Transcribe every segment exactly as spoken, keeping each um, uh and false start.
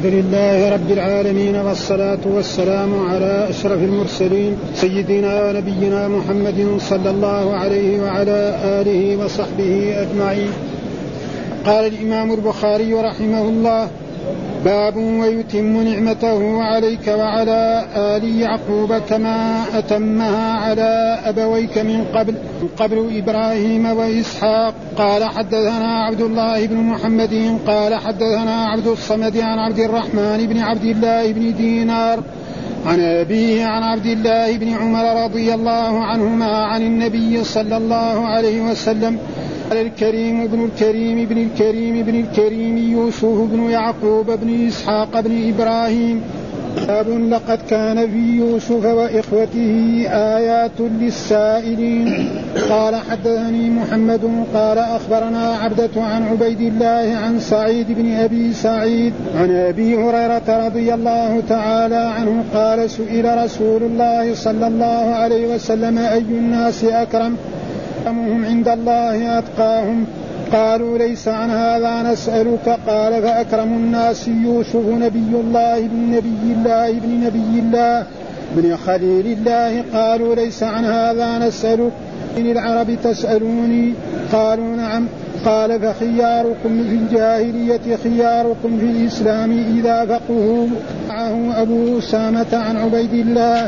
الحمد لله رب العالمين والصلاة والسلام على أشرف المرسلين سيدنا ونبينا محمد صلى الله عليه وعلى آله وصحبه أجمعين. قال الإمام البخاري رحمه الله: باب ويتم نعمته عليك وعلى آل يعقوب كما أتمها على أبويك من قبل قبل إبراهيم وإسحاق. قال حدثنا عبد الله بن محمد قال حدثنا عبد الصمد عن عبد الرحمن بن عبد الله بن دينار عن أبيه عن عبد الله بن عمر رضي الله عنهما عن النبي صلى الله عليه وسلم: الكريم بن الكريم بن الكريم بن الكريم يوسف بن يعقوب بن إسحاق بن إبراهيم. باب لقد كان في يوسف وإخوته آيات للسائلين. قال حدثني محمد قال أخبرنا عبدة عن عبيد الله عن سعيد بن أبي سعيد عن أبي هريرة رضي الله تعالى عنه قال: سئل رسول الله صلى الله عليه وسلم: أي الناس أكرم؟ أكرمهم عند الله أتقاهم. قالوا: ليس عن هذا نسألك. قال: فأكرم الناس يوسف نبي الله بن نبي الله بن نبي الله بن خليل الله. قالوا: ليس عن هذا نسألك. إن العرب تسألوني؟ قالوا: نعم. قال: فخياركم في الجاهلية خياركم في الإسلام إذا فقهوا. معه أبو أسامة عن عبيد الله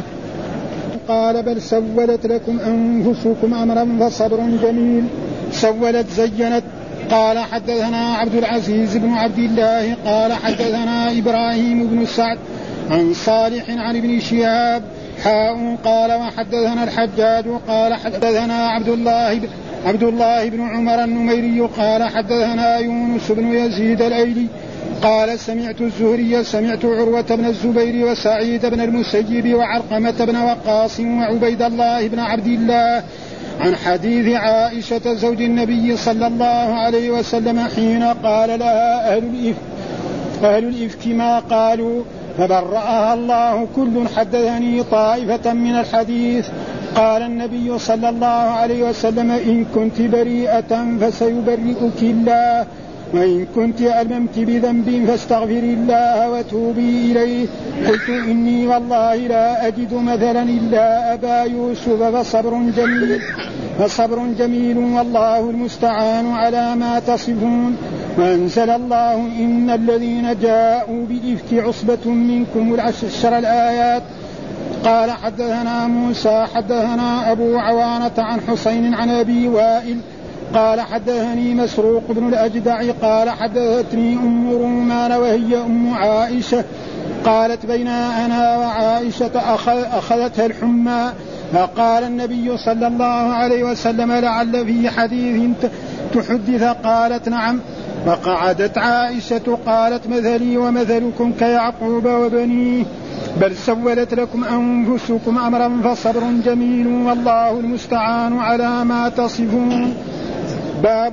قال: بل سولت لكم أنفسكم أمرا فصبر جميل. سولت زينت. قال حدثنا عبد العزيز بن عبد الله قال حدثنا إبراهيم بن سعد عن صالح عن ابن شهاب حاء قال: وحدثنا الحجاج قال حدثنا عبد الله عبد الله بن عمر النميري قال حدثنا يونس بن يزيد الأيلي قال: سمعت الزهري سمعت عروة بن الزبير وسعيد بن المسيب وعرقمة بن وقاص وعبيد الله بن عبد الله عن حديث عائشة زوج النبي صلى الله عليه وسلم حين قال لها أهل الإفك, أهل الإفك ما قالوا فبرأها الله. كل حدثني طائفة من الحديث. قال النبي صلى الله عليه وسلم: إن كنت بريئة فسيبرئك الله، وإن كنت ألممت بذنب فاستغفري الله وتوبي إليه. قلت: إني والله لا أجد مثلا إلا أبا يوسف فصبر جميل فصبر جميل والله المستعان على ما تصفون. وأنزل الله: إن الذين جاءوا بالإفك عصبة منكم العشر الآيات. قال حدثنا موسى حدثنا أبو عوانة عن حسين عن أبي وائل قال حدثني مسروق بن الأجدع قال حدثتني أم رومان وهي أم عائشة قالت: بين أنا وعائشة أخذتها الحمى فقال النبي صلى الله عليه وسلم: لعل في حديث تحدث. قالت: نعم. فقعدت عائشة قالت: مثلي ومثلكم كيعقوب وبنيه، بل سولت لكم أنفسكم أمرا فصبر جميل والله المستعان على ما تصفون. باب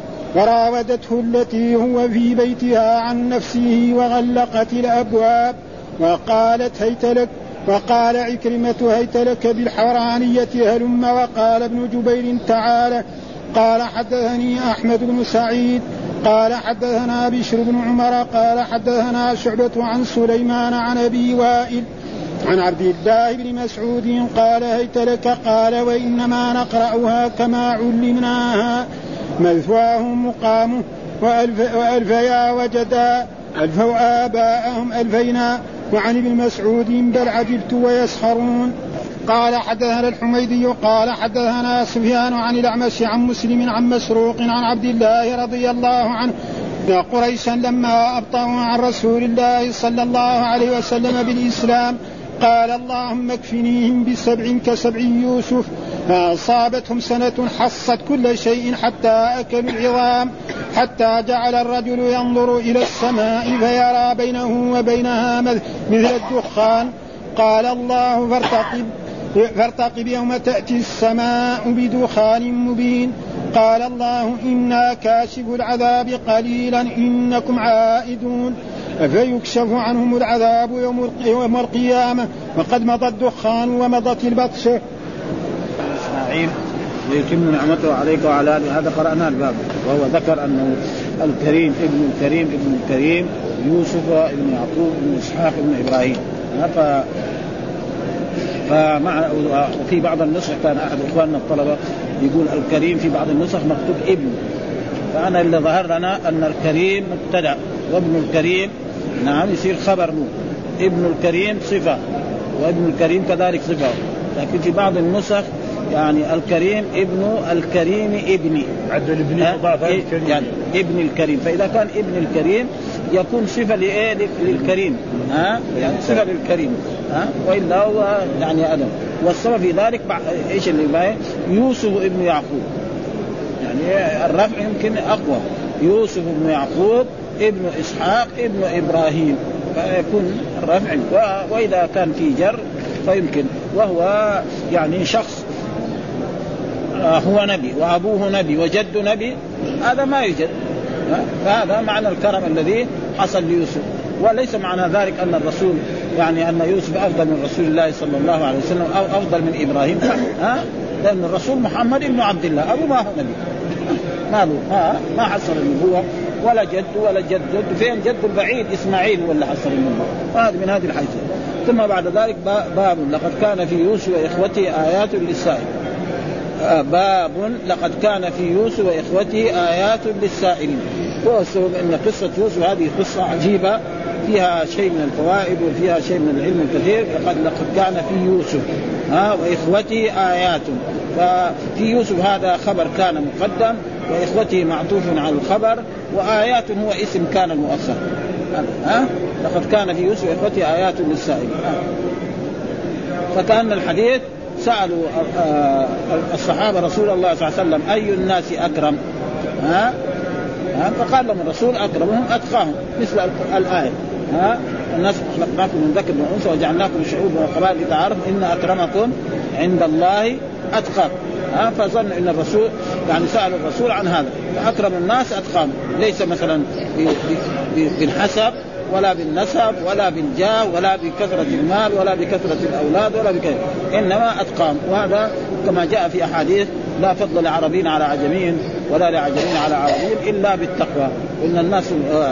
وراودته التي هو في بيتها عن نفسه وغلقت الأبواب وقالت: هيت لك. وقال عكرمة: هيت لك بالحورانية هلم. وقال ابن جبير: تعالى. قال حدثني أحمد بن سعيد قال حدثنا بشر بن عمر قال حدثنا شعبة عن سليمان عن أبي وائل عن عبد الله بن مسعود قال: هيت لك. قال: وإنما نقرأها كما علمناها، مثواه مقامه وألف وألفيا وجدا ألفوا آباءهم ألفينا. وعن ابن مسعود: بل عجبت ويسخرون. قال حدثنا الحميدي قال حدثنا سفيان عن الأعمش عن مسلم عن مسروق عن عبد الله رضي الله عنه: قريشا لما أبطأوا عن رسول الله صلى الله عليه وسلم بالإسلام قال: اللهم اكفنيهم بسبع كسبع يوسف. فأصابتهم سنة حصت كل شيء حتى أكلوا العظام، حتى جعل الرجل ينظر إلى السماء فيرى بينه وبينها مثل الدخان. قال الله: فارتقب فارتقب يوم تأتي السماء بدخان مبين. قال الله: إنا كاشف العذاب قليلا إنكم عائدون. فيكشف عنهم العذاب يوم القيامة وقد مضى الدخان ومضت البطشة. إسماعيل ويتم نعمته عليك وعلى آله. هذا قرأنا الباب، وهو ذكر أنه الكريم ابن الكريم ابن الكريم يوسف ابن يعقوب ابن إسحاق ابن إبراهيم. ف فمع وفي بعض النسخ كان أحد إخواننا الطلبة يقول الكريم، في بعض النسخ مكتوب ابن. فأنا اللي ظهر لنا أن الكريم مبتدأ وابن الكريم نعم يصير خبر له، ابن الكريم صفة وابن الكريم كذلك صفة. لكن في بعض النسخ يعني الكريم ابن الكريم ابني عدل ابن إيه يعني ابن الكريم. فإذا كان ابن الكريم يكون صفة لإيه للكريم ها يعني صفة للكريم ها وإلا هو يعني أدم. والسبب في ذلك إيش اللي باين يوسف ابن يعقوب يعني الرفع يمكن أقوى، يوسف ابن يعقوب ابن إسحاق ابن إبراهيم فيكون الرفع. وإذا كان في جر فيمكن وهو يعني شخص هو نبي وأبوه نبي وجد نبي هذا ما يوجد. فهذا معنى الكرم الذي حصل ليوسف. وليس معنى ذلك أن الرسول يعني أن يوسف أفضل من رسول الله صلى الله عليه وسلم أو أفضل من إبراهيم ها، لأن الرسول محمد ابن عبد الله أبو ما هو نبي ما له ما, ما حصل النبوة ولا جد ولا جد جد فين جد البعيد إسماعيل ولا حصل النبوة. فهذا من هذه الحيث. ثم بعد ذلك باب لقد كان في يوسف وإخوته آيات للسائل. باب لقد كان في يوسف وإخوته آيات للسائلين. هو السبب أن قصة يوسف هذه قصة عجيبة فيها شيء من الفوائد وفيها شيء من العلم الكثير. لقد لقد كان في يوسف ها وإخوته آيات. ففي يوسف هذا خبر كان مقدم وإخوته معطوف على الخبر، وآيات هو اسم كان المؤخر. ها لقد كان في يوسف وإخوته آيات للسائلين. فكان الحديث سألوا الصحابة رسول الله صلى الله عليه وسلم أي الناس أكرم ها فقال لهم الرسول أكرمهم أتقاهم مثل الآية ها الناس خلقناكم من ذكر وأنثى وجعلناكم شعوبا وقبائل لتعارفوا إن أكرمكم عند الله أتقاكم. ها فظن إن الرسول يعني سأل الرسول عن هذا فأكرم الناس أتقاهم، ليس مثلا بالحسب ولا بالنسب ولا بالجاه ولا بكثرة المال ولا بكثرة الأولاد ولا بكثرة، إنما أتقاهم. وهذا كما جاء في أحاديث لا فضل لعربين على عجمين ولا لعجمين على عربين إلا بالتقوى، وإن الناس آه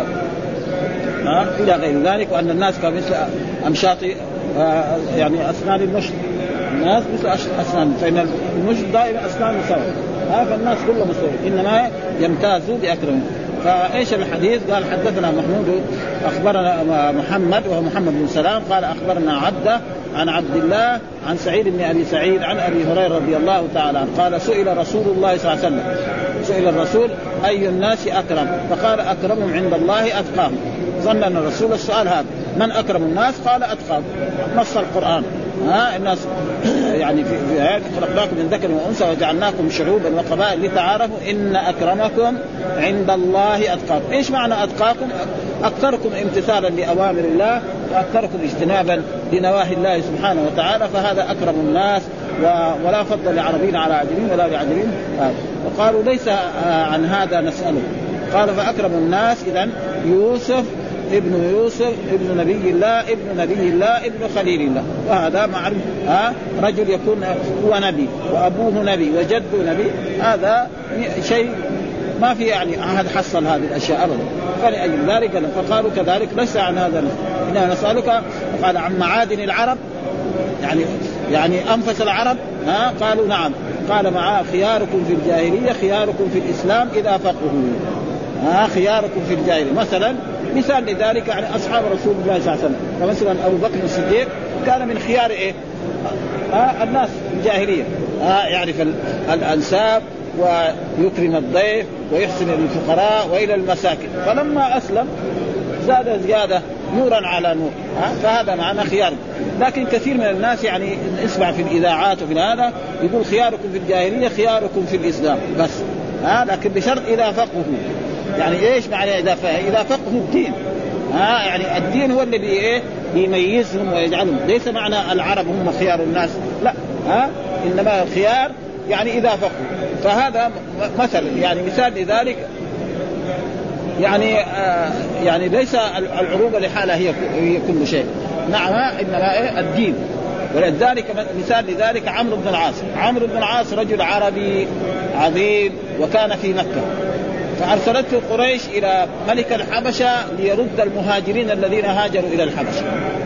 آه إلى غير ذلك، وأن الناس كمثل أمشاط آه يعني أسنان المشط، الناس مثل أسنان، فإن المشط دائما أسنان مساوية آه فالناس كلهم مساوية إنما يمتازوا بأكرمهم. فايش الحديث؟ قال حدثنا محمود اخبرنا محمد وهو محمد بن سلام قال اخبرنا عبده عن عبد الله عن سعيد بن ابي سعيد عن ابي هريره رضي الله تعالى عنه قال سئل رسول الله صلى الله عليه وسلم سئل الرسول اي الناس اكرم فقال اكرمهم عند الله اتقاهم. ظن ان الرسول السؤال هذا من اكرم الناس قال اتقاهم. نص القران ها الناس يعني في آيات خلقناكم من ذكر وأنثى وجعلناكم شعوبا وقبائل لتعارفوا إن أكرمكم عند الله أتقاكم. إيش معنى أتقاكم؟ أكثركم امتثالا لأوامر الله وأكثركم اجتنابا لنواهي الله سبحانه وتعالى، فهذا أكرم الناس ولا فضل لعربين على عجمين ولا لعجمين. وقالوا ليس عن هذا نسأله. قال فأكرم الناس إذن يوسف ابن يوسف ابن نبي الله ابن نبي الله ابن خليل الله، وهذا معروف ها رجل يكون هو نبي وأبوه نبي وجده نبي، هذا شيء ما في يعني أحد حصل هذه الأشياء أبدا. فلأجل ذلك فقالوا كذلك ليس عن هذا إننا نسألك. قال عن معادن العرب يعني يعني أنفس العرب ها قالوا نعم. قال مع خياركم في الجاهلية خياركم في الإسلام إذا فقهوا. ها خياركم في الجاهلية مثلا مثال لذلك يعني أصحاب رسول الله صلى الله عليه وسلم، فمثلا أبو بكر الصديق كان من خيار إيه آه الناس الجاهلية آه يعرف الأنساب ويكرم الضيف ويحسن للفقراء وإلى المساكن، فلما أسلم زاد زيادة نورا على نور آه فهذا معنى خيار. لكن كثير من الناس يعني اسمع في الإذاعات وفي هذا يقول خياركم في الجاهلية خياركم في الإسلام بس آه لكن بشرط إذا فقهوا. يعني ايش معنى اذا فقهوا؟ اذا فقهوا الدين ها يعني الدين هو اللي ايه يميزهم ويجعلهم، ليس معنى العرب هم خيار الناس لا ها انما الخيار يعني اذا فقهوا. فهذا مثل يعني مثال لذلك يعني آه يعني ليس العروبه لحالها هي هي كل شيء نعم انما إيه الدين. ولذلك مثال لذلك عمرو بن العاص. عمرو بن العاص رجل عربي عظيم وكان في مكة فأرسلته قريش إلى ملك الحبشة ليرد المهاجرين الذين هاجروا إلى الحبشة،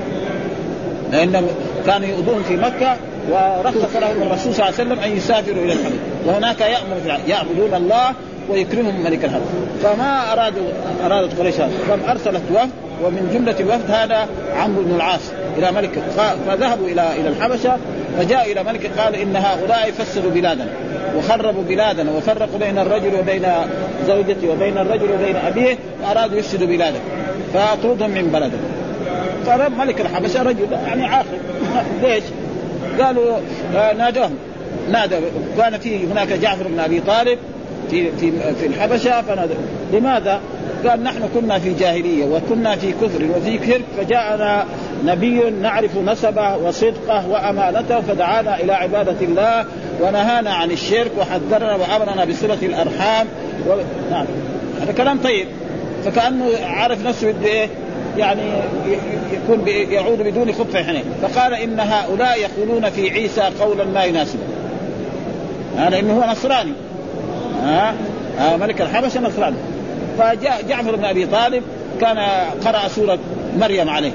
لأنهم كانوا يؤذون في مكة ورخص لهم الرسول صلى الله عليه وسلم أن يسافروا إلى الحبشة، وهناك يأمر يعبدون الله ويكرمهم ملك الحبشة. فما أرادوا أرادت قريش هذا، فأرسلت وفد، ومن جملة الوفد هذا عمرو بن العاص إلى ملك، فذهبوا إلى إلى الحبشة، فجاء إلى ملك قال إن هؤلاء فسدوا بلادنا وخربوا بلادنا وفرقوا بين الرجل وبين زوجته وبين الرجل وبين أبيه وأرادوا يفسدوا بلادنا فأطردهم من بلده. فرب ملك الحبشة رجل يعني عاقل، ليش؟ قالوا نادوهم، نادى كان في هناك جعفر بن أبي طالب في في في الحبشة فنادى. لماذا؟ قال نحن كنا في جاهلية وكنا في كفر وفي كرك، فجاءنا نبي نعرف نسبه وصدقه وأمانته فدعانا إلى عبادة الله ونهانا عن الشرك وحذرنا وأمرنا بصلة الأرحام و... نعم. هذا كلام طيب. فكأنه عارف نفسه بإيه يعني يكون يعود بدون خبث حنين. فقال إن هؤلاء يقولون في عيسى قولا ما يناسبه، هذا إنه هو نصراني، ها آه ملك الحبشة نصراني. فجاء جعفر بن أبي طالب كان قرأ سورة مريم عليه،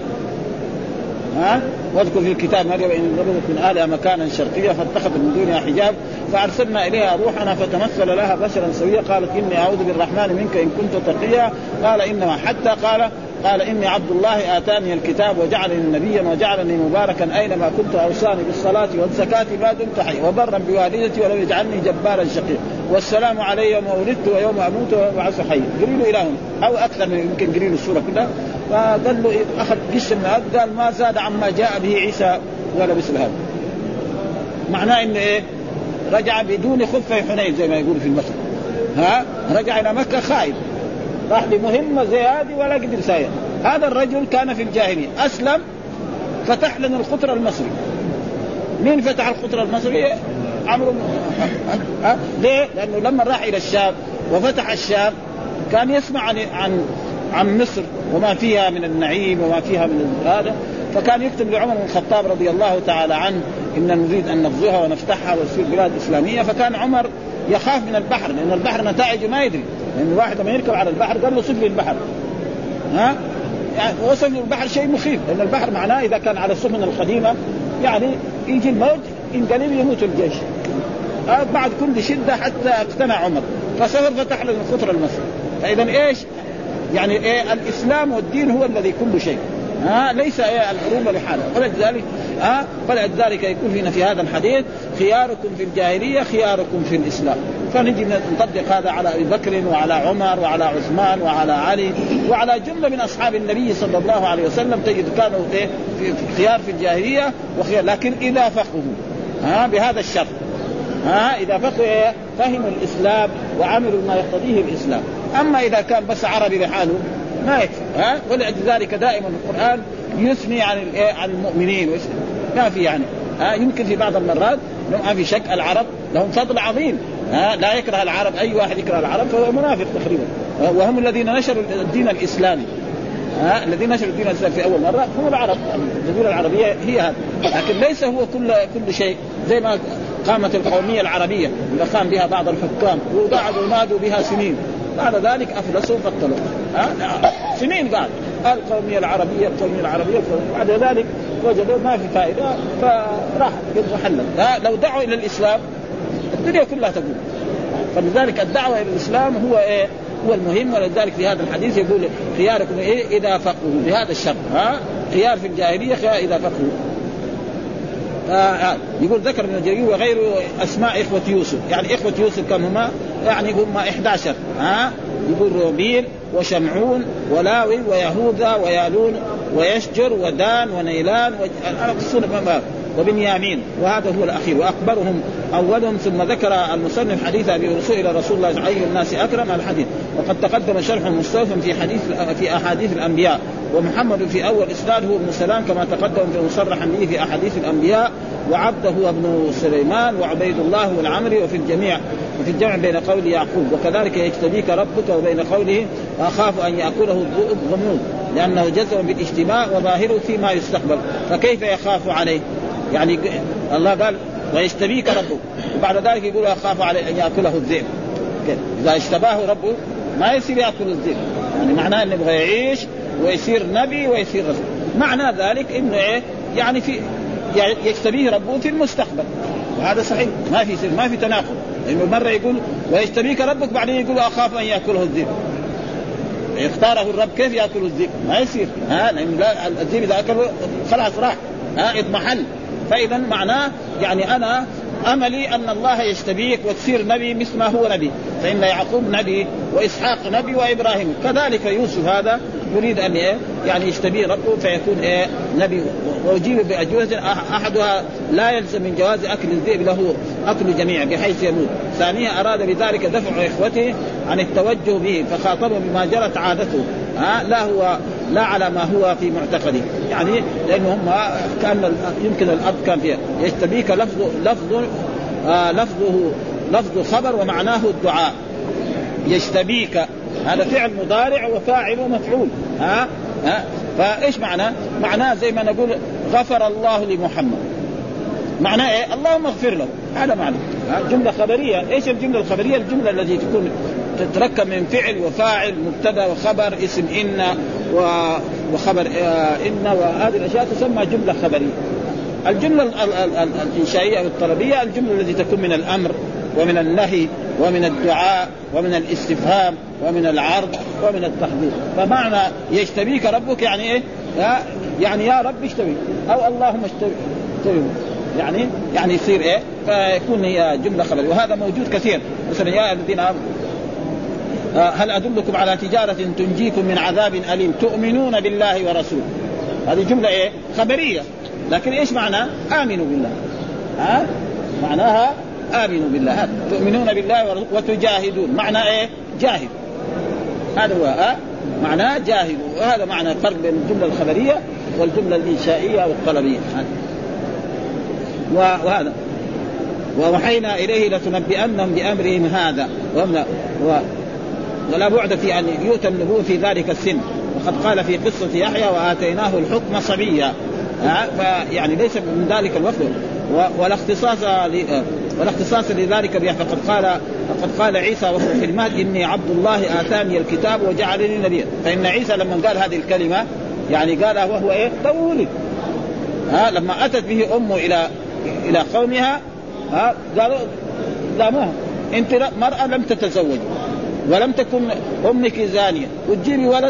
ها واذكر في الكتاب مريم إن انبذت من أهلها مكانا شرقيا فاتخذت من دونها حجاب فأرسلنا إليها روحنا فتمثل لها بشرا سويا قالت إني أعوذ بالرحمن منك إن كنت تقيا قال إنما حتى قال قال إني عبد الله آتاني الكتاب وجعلني نبيا وجعلني مباركا أينما كنت أوصاني بالصلاة والزكاة ما دمت حي وبرا بوالدتي ولم يجعلني جبارا شقيا والسلام علي يوم ولدت ويوم أموت وأبعث حي. قريله إلههم أو أكثر من يمكن قريله السورة كلها. فقال له أخذ قش من هذا قال ما زاد عما جاء به عيسى ولا مثل هذا. معناه إنه إيه رجع بدون خفة حنين زي ما يقول في المثل، ها رجع إلى مكة خائف راح لمهمة زي هذه ولا قدر ساير. هذا الرجل كان في الجاهلية أسلم فتح لنا الخطر المصري. مين فتح الخطر المصري؟ عمرو. ليه؟ لأنه لما راح إلى الشام وفتح الشام كان يسمع عن عن عن مصر وما فيها من النعيم وما فيها من هذا، فكان يكتب لعمر بن الخطاب رضي الله تعالى عنه إن نريد أن نغزوها ونفتحها وتصير بلاد إسلامية. فكان عمر يخاف من البحر لأن البحر نتائجه ما يدري، لأن الواحد لما يركب على البحر قال له صف لي البحر، ها يعني وصف لي البحر شيء مخيف، لأن البحر معناه إذا كان على السفن القديمة يعني يجي الموج ينقلب يموت الجيش بعد كل شدة حتى اقتنع عمر فسافر فتح له الخطر المصري. فإذا إيش يعني إيه الإسلام والدين هو الذي كل شيء، ها ليس إيه الحروب لحالها. ولذلك ها فلذلك يكون هنا في هذا الحديث خياركم في الجاهلية خياركم في الإسلام. فنجي نطبق هذا على أبي بكر وعلى عمر وعلى عثمان وعلى علي وعلى جملة من أصحاب النبي صلى الله عليه وسلم تجد كانوا إيه في خيار في الجاهلية وخيار، لكن إذا فقهوا ها بهذا الشرط، ها إذا فقهوا فهموا الإسلام وعملوا ما يقتضيه الإسلام. أما إذا كان بس عربي لحاله ما يكفي، ها ولذلك دائما القرآن يثني عن عن المؤمنين ما في يعني ها يمكن في بعض المرات ما في شك العرب لهم فضل عظيم، ها لا يكره العرب أي واحد يكره العرب فهو منافق تقريبا، وهم الذين نشروا الدين الإسلامي، ها الذين نشروا الدين الإسلامي في أول مرة هم العرب. الجزيرة العربية هي هذا، لكن ليس هو كل كل شيء. زي ما قامت القومية العربية اللي قام بها بعض الحكام وقعدوا نادوا بها سنين، بعد ذلك أفلسوا فاقتلوا سنين قاعد القومية العربية القومية العربية بعد ذلك وجدوا ما في فائدة فراح محلا. لو دعوا إلى الإسلام الدنيا كلها تقول. فلذلك الدعوة إلى الإسلام هو إيه هو المهم. ولذلك في هذا الحديث يقول خياركم إيه إذا فقهوا بهذا الشرط، ها خيار في الجاهلية خيار إذا فقهوا. آه يقول ذكر ابن جرير وغيره أسماء إخوة يوسف، يعني إخوة يوسف كم هما؟ يعني هم إحدى عشر، ها يقول روبيل وشمعون ولاوي ويهوذا ويالون ويشجر ودان ونيلان وبنيامين، وهذا هو الأخير وأكبرهم أولهم. ثم ذكر المصنف حديث أبي إلى رسول الله أي الناس أكرم الحديث، وقد تقدم شرح مستوفى في حديث في أحاديث الأنبياء. ومحمد في أول إسناد هو ابن سلام كما تقدم في مصرحا به في أحاديث الأنبياء، وعبده هو ابن سليمان وعبيد الله والعمري. وفي الجميع وفي الجمع بين قول يعقوب وكذلك يجتبيك ربك وبين قوله أخاف أن يأكله الذئب غموض لأنه جزم بالاجتماع وظاهره فيما يستقبل، فكيف يخاف عليه؟ يعني الله قال ويجتبيك ربك وبعد ذلك يقول أخاف عليه أن يأكله الذئب. إذا اشتباه ربه ما يصير يأكل الذئب، يعني معناه إنه يبغى يعيش ويصير نبي ويصير رسول. معنى ذلك إنه إيه يعني في يعني يجتبيه ربه في المستقبل، وهذا صحيح ما في سر ما في تناقض، لأنه مرة يقول ويجتبيك ربك بعدين يقول أخاف أن يأكله الذئب. يختاره الرب كيف يأكل الذئب؟ ما يصير ها، لأن الذئب إذا أكله خلاص راح ها اضمحل. فإذا معناه يعني أنا أملي أن الله يجتبيك وتصير نبي مثل ما هو نبي، فإن يعقوب نبي وإسحاق نبي وإبراهيم، كذلك يوسف هذا يريد أن إيه يعني يجتبيه ربه فيكون إيه نبي. وأجيب بأجوبة أحدها لا يلزم من جواز أكل الذئب له أكل جميع بحيث يموت. ثانيا أراد بذلك دفع إخوته عن التوجه به فخاطبهم بما جرت عادته ها لا هو لا على ما هو في معتقده، يعني لأنه هم كان يمكن الأب كان فيها يجتبيك لفظ لفظ آه لفظه لفظ خبر ومعناه الدعاء. يجتبيك هذا فعل مضارع وفاعل ومفعول ها ها فايش معناه؟ معناه زي ما نقول غفر الله لمحمد، معناه ايه؟ اللهم اغفر له، هذا معنى جمله خبريه. ايش الجمله الخبريه؟ الجمله التي تكون تتركب من فعل وفاعل مبتدا وخبر اسم ان وخبر ان، وهذه الاشياء تسمى جمله خبريه. الجمله الانشائيه او الطلبيه الجمله التي تكون من الامر ومن النهي ومن الدعاء ومن الاستفهام ومن العرض ومن التحذير. فمعنى يجتبيك ربك يعني ايه؟ يعني يا رب اشتبيك او اللهم اشتبيك، يعني يعني يصير ايه؟ فيكون هي جمله خبريه. وهذا موجود كثير، مثلا يا الذين آمنوا هل أدلكم على تجارة تنجيكم من عذاب أليم تؤمنون بالله ورسوله. هذه جملة إيه؟ خبرية، لكن إيش معنى؟ آمنوا بالله، ها؟ معناها آمنوا بالله، تؤمنون بالله وتجاهدون، معنى إيه؟ جاهد، هذا هو ها؟ معناه جاهد. وهذا معنى فرق بين الجملة الخبرية والجملة الإنشائية والطلبية. وهذا ووحينا إليه لتنبئنهم بأمرهم هذا و... ولا بعد في أن يؤتى النبوة في ذلك السن. وقد قال في قصة يحيى وآتيناه الحكم صبيا، فيعني ليس من ذلك الوقت ولا اختصاص ولا اختصاص لذلك به. فقد قال فقد قال عيسى وهو في المهد إني عبد الله آتاني الكتاب وجعلني نبيا. فإن عيسى لما قال هذه الكلمة يعني قالها وهو إيه؟ طولد. ها لما أتت به أمه إلى إلى قومها ها قالوا لاموها أنت مرأة لم تتزوج ولم تكن أمك زانية وتجيبي ولد.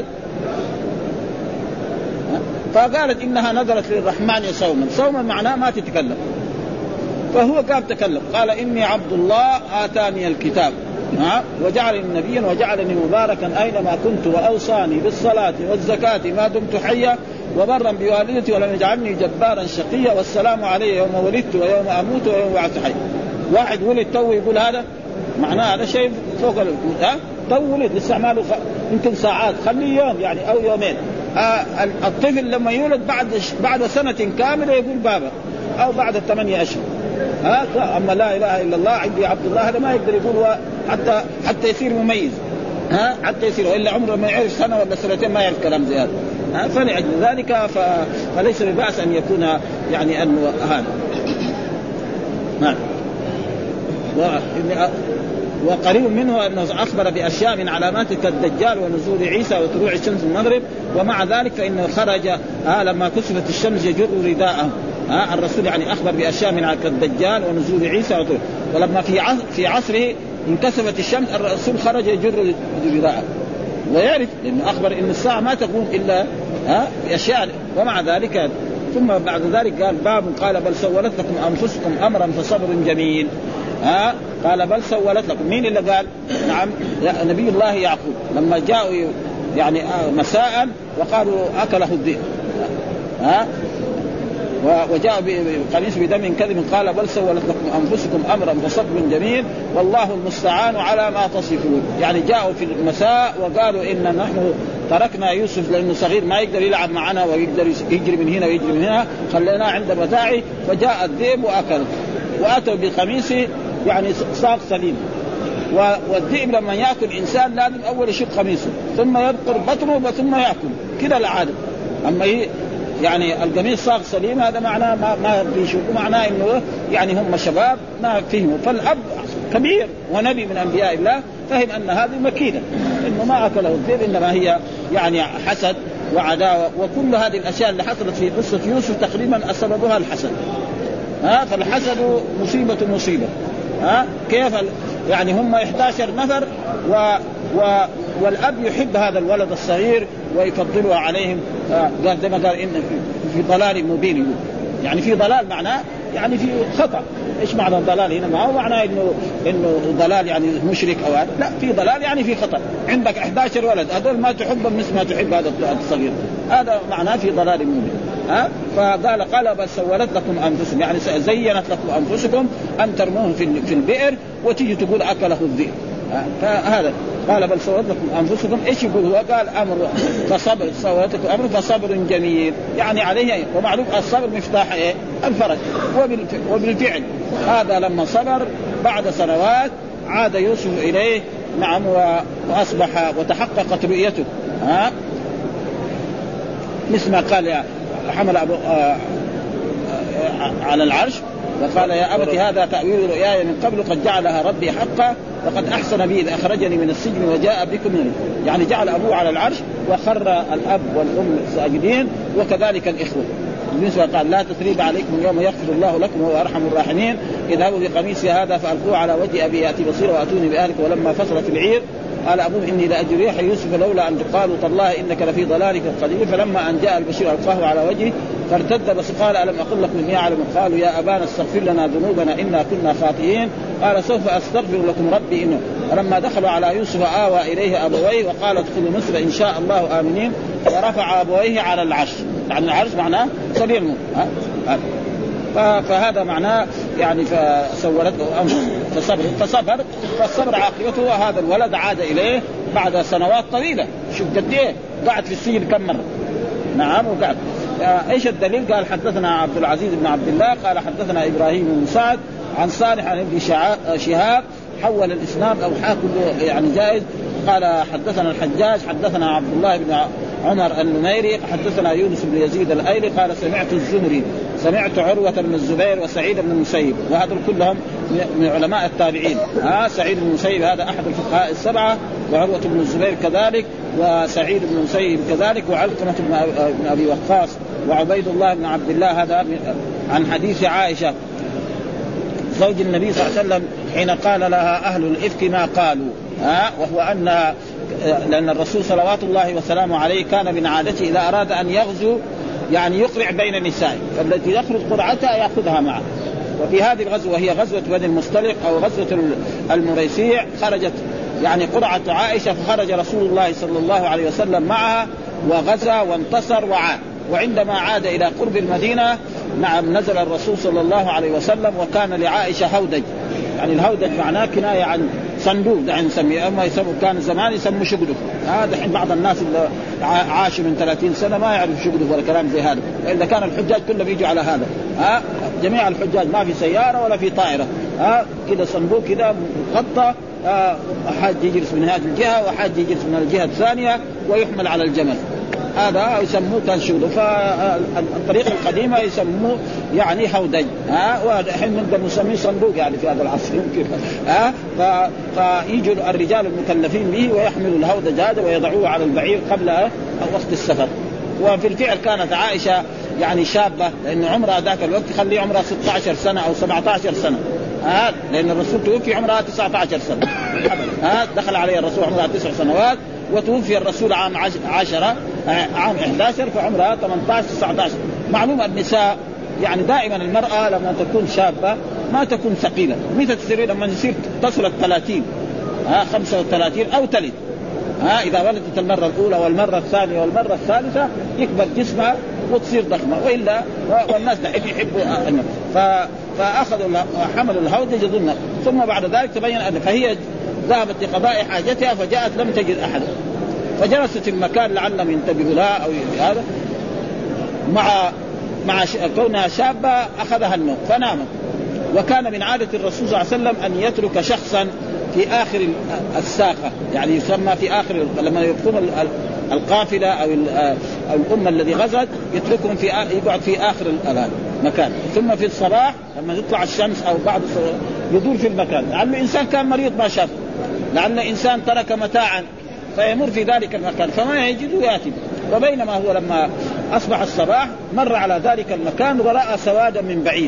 فقالت إنها نذرت للرحمن صوما. صوما معناه ما تتكلم. فهو قال تكلم، قال إني عبد الله آتاني الكتاب ها وجعلني نبيا وجعلني مباركا أينما كنت وأوصاني بالصلاة والزكاة ما دمت حيا وبرا بوالدتي ولم يجعلني جبارا شقيا والسلام علي يوم ولدت ويوم أموت ويوم بعث حي. واحد ولد تو يقول هذا معناه هذا شيء فوق ها تو ولد للاستعمال يمكن ساعات خليه يوم يعني أو يومين. آه الطفل لما يولد بعد بعد سنة كاملة يقول بابا أو بعد ثمانية أشهر. ها أما لا إله إلا الله عندي عبد الله هذا ما يقدر يقول حتى حتى يصير مميز ها حتى يصير، وإلا عمره ما يعرف سنة ولا سنتين ما يعرف كلام زي هذا. فلأجل ذلك فليس ببأس أن يكون يعني أنه هذا نعم. وقريب منه أنه أخبر بأشياء من علامات كالدجال ونزول عيسى وطلوع الشمس من المغرب. ومع ذلك فإنه خرج آه لما كسفت الشمس يجر رداءه. آه الرسول يعني أخبر بأشياء من كالدجال ونزول عيسى وطلوع. ولما في في عصره انكسفت الشمس الرسول خرج يجر رداءه ويعرف لأنه أخبر إن الساعة ما تقوم إلا آه بأشياء. ومع ذلك ثم بعد ذلك قال باب قال بل سولت لكم أنفسكم أمرا فصبر جميل. ها قال بل سولت لكم. مين اللي قال؟ نعم نبي الله يعقوب لما جاءوا يعني مساء وقالوا أكله الذئب ها وجاء بقميص بدم كذب قال بل سولت لكم أنفسكم أمرا فصبر جميل والله المستعان على ما تصفون. يعني جاءوا في المساء وقالوا إن نحن تركنا يوسف لأنه صغير ما يقدر يلعب معنا ويقدر يجري من هنا ويجري من هنا خليناه عند متاعي فجاء الذئب وأكله. وأتوا بقميصه يعني ساق سليم. والذئب لما يأكل إنسان لازم أول يشق قميصه ثم يبقر بطنه ثم يأكل كده العادة. أما يعني القميص ساق سليم هذا معناه ما ما بيشوفوا معناه إنه يعني هم شباب ما فهموا. فالأب كبير ونبي من أنبياء الله فهم أن هذه مكيدة إنه ما أكله الذئب، إنما هي يعني حسد وعداوة. وكل هذه الأشياء اللي حصلت في قصة يوسف تقريبا سببها الحسد. ها فالحسد مصيبة مصيبة. ها كيف يعني هم إحدى عشر نفر و و والأب يحب هذا الولد الصغير ويفضله عليهم. قال زي ما قال إن في ضلال مبين، يعني في ضلال معناه يعني في خطأ. إيش معنى الضلال هنا؟ ما هو معناه إنه إنه ضلال يعني مشرك أو هذا، لا، في ضلال يعني في خطأ. عندك إحدى عشر ولد هذول ما تحبهم مثل ما تحب هذا الصغير، هذا معناه في ضلال مبين. ها فقال قال بل سولت لكم أنفسكم، يعني زينت لكم أنفسكم أن ترموه في في البئر وتيجي تقول أكله الذئب. فهذا قال بل سولت لكم أنفسكم. إيش يقول هو؟ قال أمر فصبر، سولت لكم أمر فصبر جميل، يعني عليه. ومعلوم الصبر مفتاح إيه؟ الفرج. وبالفعل هذا لما صبر بعد سنوات عاد يوسف إليه، نعم، وأصبح وتحققت رؤيته. ها مثل ما قال يعني حمل أبو آه على العرش وقال يا أبت هذا تأويل رؤياي من قبل قد جعلها ربي حقا وقد أحسن بي إذ أخرجني من السجن وجاء بكم منه. يعني جعل أبوه على العرش وخر الأب والأم ساجدين وكذلك الإخوة. بالنسبة قال لا تثريب عليكم اليوم يغفر الله لكم وهو أرحم الراحمين. اذهبوا بقميصي هذا فألقوه على وجه أبي يأتي بصيرا وأتوني بأهلك. ولما فصلت العير قال أبوه إني لأجد ريح يوسف لولا أن تقالوا تالله إنك لفي ضلالك القديم. فلما أن جاء البشير ألقاه على وجهه فارتد بس قال ألم أقل لكم إني أعلم. قالوا يا أبانا استغفر لنا ذنوبنا إنا كنا خاطئين. قال سوف أستغفر لكم ربي إنه. فلما دخلوا على يوسف آوى إليه أبويه وقال ادخلوا مصر إن شاء الله آمنين. ورفع أبويه على العرش، يعني العرش معناه سرير الموت. فهذا معناه يعني فسولته أمر فصبر فصبر فالصبر عاقبته. هذا الولد عاد إليه بعد سنوات طويلة. شوف قد إيه قعد في السجن كم مرة. نعم وقعد. ايش الدليل؟ قال حدثنا عبد العزيز بن عبد الله قال حدثنا ابراهيم بن سعد عن صالح عن ابن شهاب حول الاسناد او حاكم يعني جائز. قال حدثنا الحجاج حدثنا عبد الله بن عمر النميري حدثنا يونس بن يزيد الايلي قال سمعت الزهري سمعت عروة بن الزبير وسعيد بن المسيب، وهذول كلهم من علماء التابعين. ها سعيد بن المسيب هذا احد الفقهاء السبعه، وعروة بن الزبير كذلك، وسعيد بن المسيب كذلك، وعلقمة بن ابي وقاص، وعبيد الله بن عبد الله هذا عن حديث عائشة زوج النبي صلى الله عليه وسلم حين قال لها أهل الإفك ما قالوا. ها وهو أن لأن الرسول صلوات الله وسلامه عليه كان من عادته إذا أراد أن يغزو يعني يقرع بين النساء، فالتي يخرج قرعتها يأخذها معه. وفي هذه الغزوة وهي غزوة بني المصطلق أو غزوة المريسيع خرجت يعني قرعة عائشة، فخرج رسول الله صلى الله عليه وسلم معها وغزا وانتصر وعاد. وعندما عاد إلى قرب المدينة نعم نزل الرسول صلى الله عليه وسلم وكان لعائشة هودج. يعني الهودج معناه كناية عن صندوق يعني نسميه، أما يسموا كان زمان يسموا شقدف. هذا حين بعض الناس اللي عاشوا من ثلاثين سنة ما يعرف شقدف ولا كلام زي هذا، إلا كان الحجاج كلهم يجوا على هذا. ها جميع الحجاج ما في سيارة ولا في طائرة، ها كده صندوق كده مغطى، حاج يجلس من هذه الجهة وحاج يجلس من الجهة الثانية ويحمل على الجمل. هذا يسموه كان شغله. فالطريقة القديمة يسموه يعني هودج. ها وحين نقدر نسميه صندوق يعني في هذا العصر يمكن. ها فيجوا الرجال المكلفين به ويحملوا الهودج هذا ويضعوه على البعير قبل وقت السفر. وفي الفعل كانت عائشة يعني شابة، لأن عمرها ذاك الوقت خليه عمرها ستة عشر سنة أو سبعة عشر سنة. ها لأن الرسول توفي عمرها تسعة عشر سنة. ها دخل عليه الرسول عمرها تسع سنوات وتوفي الرسول عام عشرة عام إحدى عشر فعمرها ثمانية عشر تسعة عشر. معلوم النساء يعني دائما المرأة لما تكون شابة ما تكون ثقيلة، مثل تصير لما يصير تصل الثلاثين ها خمسة وثلاثين أو تلد. ها إذا ولدت المرة الأولى والمرة الثانية والمرة الثالثة يكبر جسمها وتصير ضخمة، وإلا والناس دحين يحبوا فأخذوا حملوا الهودج يظن. ثم بعد ذلك تبين أن فهي ذهبت لقضاء حاجتها فجاءت لم تجد أحدا، فجلست في المكان لعلهم ينتبهوا لها أو هذا. مع مع كونها شابة أخذها النوم فنامت. وكان من عادة الرسول صلى الله عليه وسلم أن يترك شخصا في آخر الساقة، يعني يسمى في آخر لما يكون القافلة أو الأمة الذي غزت يتركهم في يقعد في آخر المكان. ثم في الصباح لما يطلع الشمس أو بعد يدور في المكان، لعل إنسان كان مريض ما شاف، لعل إنسان ترك متاعا فيمر في ذلك المكان فما يجد يأتي. وبينما هو لما أصبح الصباح مر على ذلك المكان ورأى سوادا من بعيد.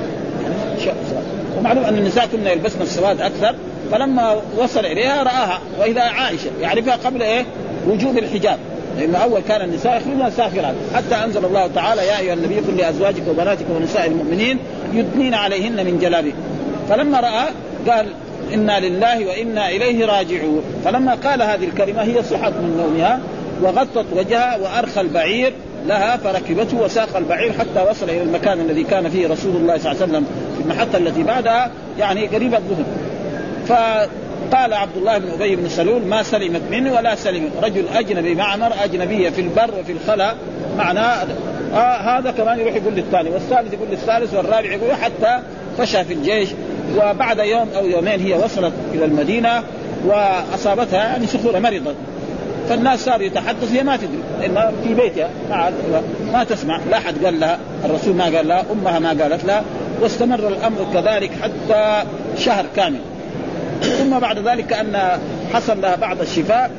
ومعلوم أن النساء كنا يلبسن السواد أكثر، فلما وصل إليها رآها وإذا عائشة يعرفها قبل إيه وجوب الحجاب، لأن أول كان النساء يخرجن سافرات، حتى أنزل الله تعالى يا أيها النبي قل لأزواجك وبناتك ونساء المؤمنين يدنين عليهن من جلابيب. فلما رأى قال إنا لله وإنا إليه راجعون. فلما قال هذه الكلمة هي صحت من نومها وغطت وجهها وأرخى البعير لها فركبته وساق البعير حتى وصل إلى المكان الذي كان فيه رسول الله صلى الله عليه وسلم في المحطة التي بعدها يعني قريب الظهر. فقال عبد الله بن أبي بن سلول ما سلمت منه ولا سلمت، رجل أجنبي مع امرأة أجنبية في البر وفي الخلاء معناه آه هذا كمان يروح يقول للثاني والثالث يقول للثالث والرابع يقول، حتى فشى في الجيش. وبعد يوم أو يومين هي وصلت إلى المدينة وأصابتها يعني سخونة مريضة، فالناس صاروا يتحدث هي ما تدري لأنها في بيتها ما تسمع، لا أحد قال لها، الرسول ما قال لها، أمها ما قالت لها، واستمر الأمر كذلك حتى شهر كامل. ثم بعد ذلك أن حصل لها بعض الشفاء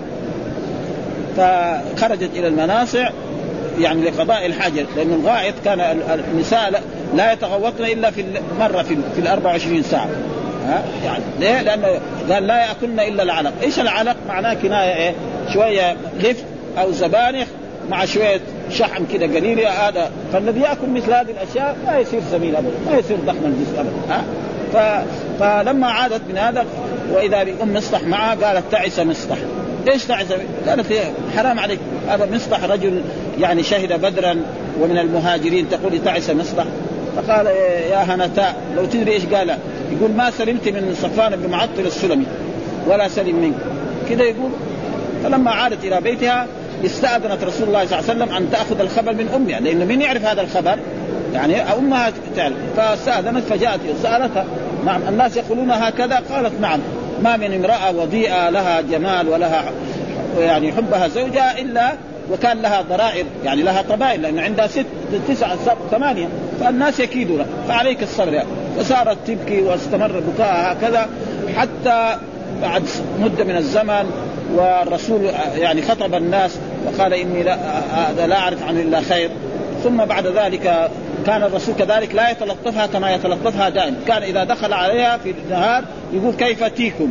فخرجت إلى المناصع يعني لقضاء الحاجة، لأن الغائط كان النساء لا يتغوطن إلا في مرة في الأربع وعشرين ساعة. ها يعني ليه؟ لأنه قال لا يأكلن إلا العلق. إيش العلق؟ معناه كناية إيه؟ شوية لفت أو زبانخ مع شوية شحم كده قليل هذا. فالذي يأكل مثل هذه الأشياء ما يصير سمين أبدا، ما يصير ضخم الجسم أبدا. ها ف... فلما عادت من هذا وإذا بأم مصطح معها قالت تعس مصطح. إيش تعس؟ قالت حرام عليك، هذا مصطح رجل يعني شهد بدرا ومن المهاجرين تقول تعس مصطح. فقال يا هنتاء لو تدري إيش قال، يقول ما سلمت من صفوان بن معطل السلمي ولا سلم منك كده يقول. فلما عادت إلى بيتها استأذنت رسول الله صلى الله عليه وسلم أن تأخذ الخبر من أمها، لأنه من يعرف هذا الخبر يعني أمها تعرف. فاستأذنت فجاءت سألتها نعم الناس يقولون هكذا؟ قالت نعم، ما من امرأة وضيئة لها جمال ولها يعني حبها زوجها إلا وكان لها ضرائر يعني لها طبائل، لأن عندها ست تسعة ثمانية فالناس يكيدون، فعليك الصبر يعني. فصارت تبكي واستمر بكاء هكذا حتى بعد مدة من الزمن والرسول يعني خطب الناس وقال إني لا, لا أعرف عنه إلا خير. ثم بعد ذلك كان الرسول كذلك لا يتلطفها كما يتلطفها دائما، كان إذا دخل عليها في النهار يقول كيف تيكم،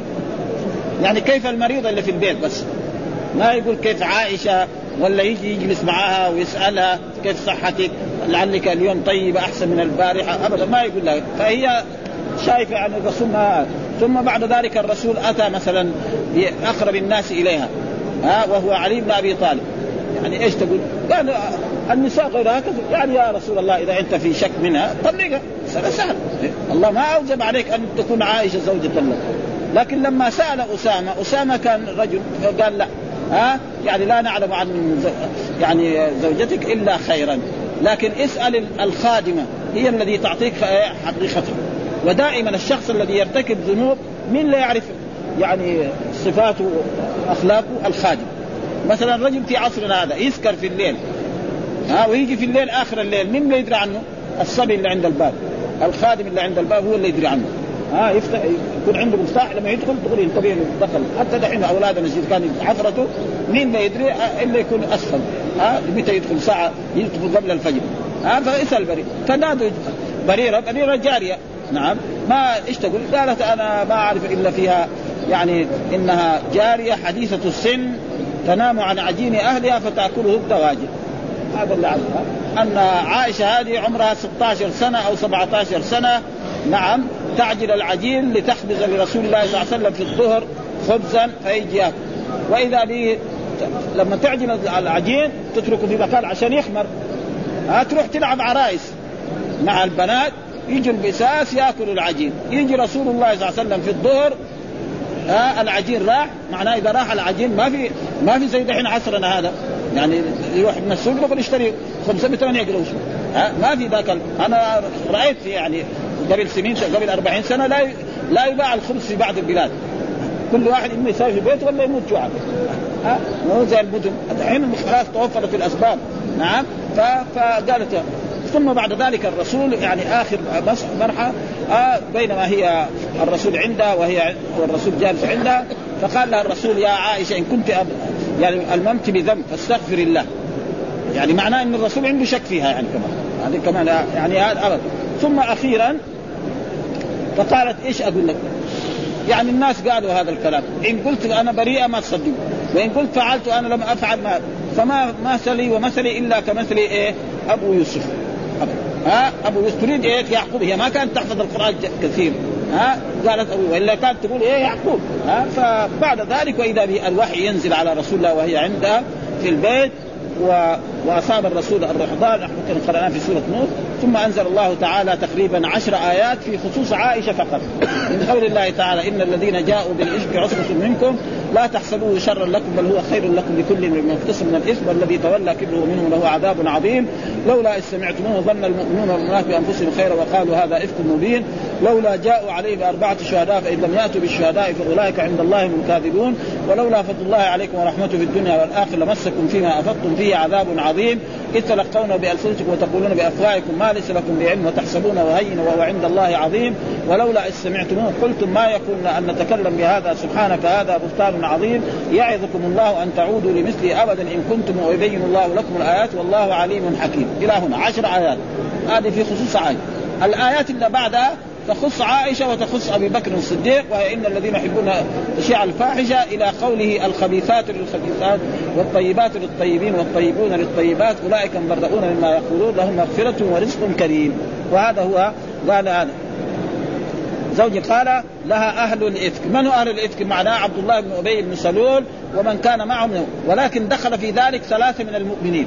يعني كيف المريضة اللي في البيت بس، ما يقول كيف عائشة ولا يجي يجلس معها ويسألها كيف صحتك لعلك اليوم طيبة أحسن من البارحة، أبدا ما يقول لها. فهي شايفة عن الرسول ما. ثم بعد ذلك الرسول أتى مثلا بأقرب الناس إليها ها وهو علي بن أبي طالب، يعني إيش تقول؟ قال النساء غير هكذا، يعني يا رسول الله إذا أنت في شك منها طلقها سهل، الله ما أوجب عليك أن تكون عائشة زوجة الله. لكن لما سأل أسامة، أسامة كان رجل قال لا ها يعني لا نعلم عن يعني زوجتك إلا خيرا، لكن اسأل الخادمة هي الذي تعطيك حقيقتها. ودائما الشخص الذي يرتكب ذنوب من لا يعرف يعني صفاته أخلاقه؟ الخادم. مثلا رجل في عصرنا هذا يسكر في الليل ها ويجي في الليل آخر الليل، من لا يدري عنه؟ الصبي اللي عند الباب، الخادم اللي عند الباب هو اللي يدري عنه. ها يفتح يكون عنده مفتاح لما يدخل تقول انتبه دخل. حتى دحين أولادنا الذين كان عفرته مين لا يدري إلا يكون أسفل، ها متى يدخل ساعة يدخل قبل الفجر. ها فاسأل بريرة، فنادوا بريرة، بريرة جارية نعم ما ايش تقول؟ قالت أنا ما أعرف إلا فيها يعني إنها جارية حديثة السن تنام عن عجين أهلها فتأكله الدواجن. هذا اللي عرفها أن عائشة هذه عمرها ستة عشر سنة أو سبعة عشر سنة نعم تعجل العجين لتخبز لرسول الله صلى الله عليه وسلم في الظهر خبزا فيجي ياكل، وإذا به لما تعجن العجين تتركه في مكان عشان يخمر، ها تروح تلعب عرايس مع البنات يجي البساس يأكلوا العجين. يجي رسول الله صلى الله عليه وسلم في الظهر ها العجين راح، معناه إذا راح العجين ما في ما في زي دحين عصرنا هذا يعني يروح من السوق يقول يشتري خمسة بثمانية قروش، ها ما في ذاك. أنا رأيت في يعني قبل سنين قبل أربعين سنة لا لا يباع الخبز في بعض البلاد، كل واحد إما يسافر في بيته ولا يموت جوعا، ها مو زي المدن الحين خلاص توفرت الأسباب نعم. فقالت ثم بعد ذلك الرسول يعني آخر مرحلة آه بينما هي الرسول عندها وهي والرسول جالس عندها فقال لها الرسول يا عائشة إن كنت أب... يعني الممت بذنب فاستغفر الله، يعني معناه أن الرسول عنده شك فيها يعني كمان هذه كمان يعني هذا أبدا. ثم أخيرا فقالت إيش أقول لك، يعني الناس قالوا هذا الكلام، إن قلت أنا بريئة ما تصدقوا، وإن قلت فعلت أنا لم أفعل ما فما مثلي ومثلي إلا كمثل إيه أبو يوسف. ها أبو يوسف تريد إيه يعقوب، هي ما كانت تحفظ القرآن كثير، ها قالت أبو وإلا كانت تقول إيه يعقوب. ها فبعد ذلك وإذا بالوحي ينزل على رسول الله وهي عندها في البيت و... وأصاب الرسول الرحضان نحن كنا قرأناه في سورة نور. ثم أنزل الله تعالى تقريبا عشر آيات في خصوص عائشة فقط، من قول الله تعالى إن الذين جاءوا بالإفك عصبة منكم لا تحسبوه شرا لكم بل هو خير لكم لكل من اقتص من الإثم والذي تولى كبره منهم له عذاب عظيم لولا إذ سمعتموه ظن المؤمنون والمؤمنات بأنفسهم خيرا وقالوا هذا إفك مبين لولا جاءوا عليه بأربعة شهداء فإن لم يأتوا بالشهداء فأولئك عند الله هم الكاذبون ولولا فضل الله عليكم ورحمته في الدنيا والآخرة لمسكم فيما أفضتم فيه عذاب عظيم إذ تلقونه بألسنتكم وتقولون بأفواهكم ما ليس لكم بعلم وتحسبونه هينا وهو عند الله عظيم ولولا إذ سمعتموه قلتم ما يكون أن نتكلم بهذا سبحانك هذا بهتان عظيم يعظكم الله أن تعودوا لمثله أبدا إن كنتم ويبين الله لكم الآيات والله عليم حكيم. إلى هنا عشر آيات هذه في خصوص عائشة. الآيات اللي بعدها تخص عائشة وتخص أبي بكر الصديق وهي إن الذين يحبون تشيع الفاحشة إلى قوله الخبيثات للخبيثات والطيبات للطيبين والطيبون للطيبات أولئك مبرؤون مما يقولون لهم مغفرة ورزق كريم. وهذا هو قال هذا زوجي قال لها أهل الإفك. من هو أهل الإفك؟ معناه عبد الله بن أبي بن سلول ومن كان معهم، ولكن دخل في ذلك ثلاثة من المؤمنين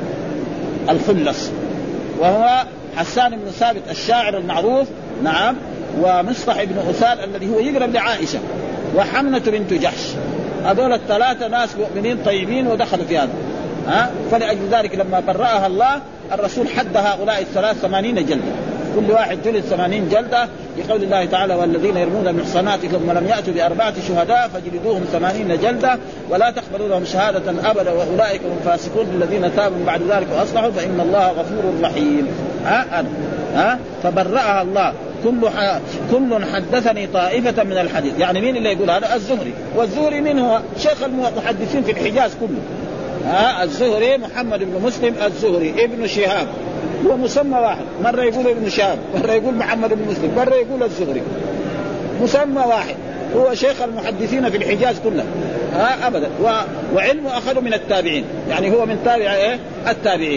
الخلص وهو حسان بن ثابت الشاعر المعروف نعم ومصطح بن أسال الذي هو يقرب لعائشة وحمنة بنت جحش. هذول الثلاثة ناس مؤمنين طيبين ودخلوا في هذا. ها فلأجل ذلك لما برأها الله الرسول حد هؤلاء الثلاث ثمانين جلدة كل واحد جلد ثمانين جلدة لقول الله تعالى والذين يرمون المحصنات ثم لم يأتوا بأربعة شهداء فجلدوهم ثمانين جلدة ولا تقبلوا لهم شهادة أبدا وأولئك هم الفاسقون الذين تابوا بعد ذلك وأصلحوا فإن الله غفور رحيم. ها ها فبرأها الله. كل ح... كل حدثني طائفة من الحديث. يعني مين اللي يقول هذا؟ الزهري. والزهري من هو؟ شيخ المحدثين في الحجاز كله. ها الزهري محمد بن مسلم الزهري ابن شهاب هو مسمى واحد، مرة يقول ابن شهاب مرة يقول محمد بن مسلم مرة يقول الزهري، مسمى واحد. هو شيخ المحدثين في الحجاز كله. ها أبدا و... وعلمه أخذ من التابعين، يعني هو من تابع إيه؟ التابعين.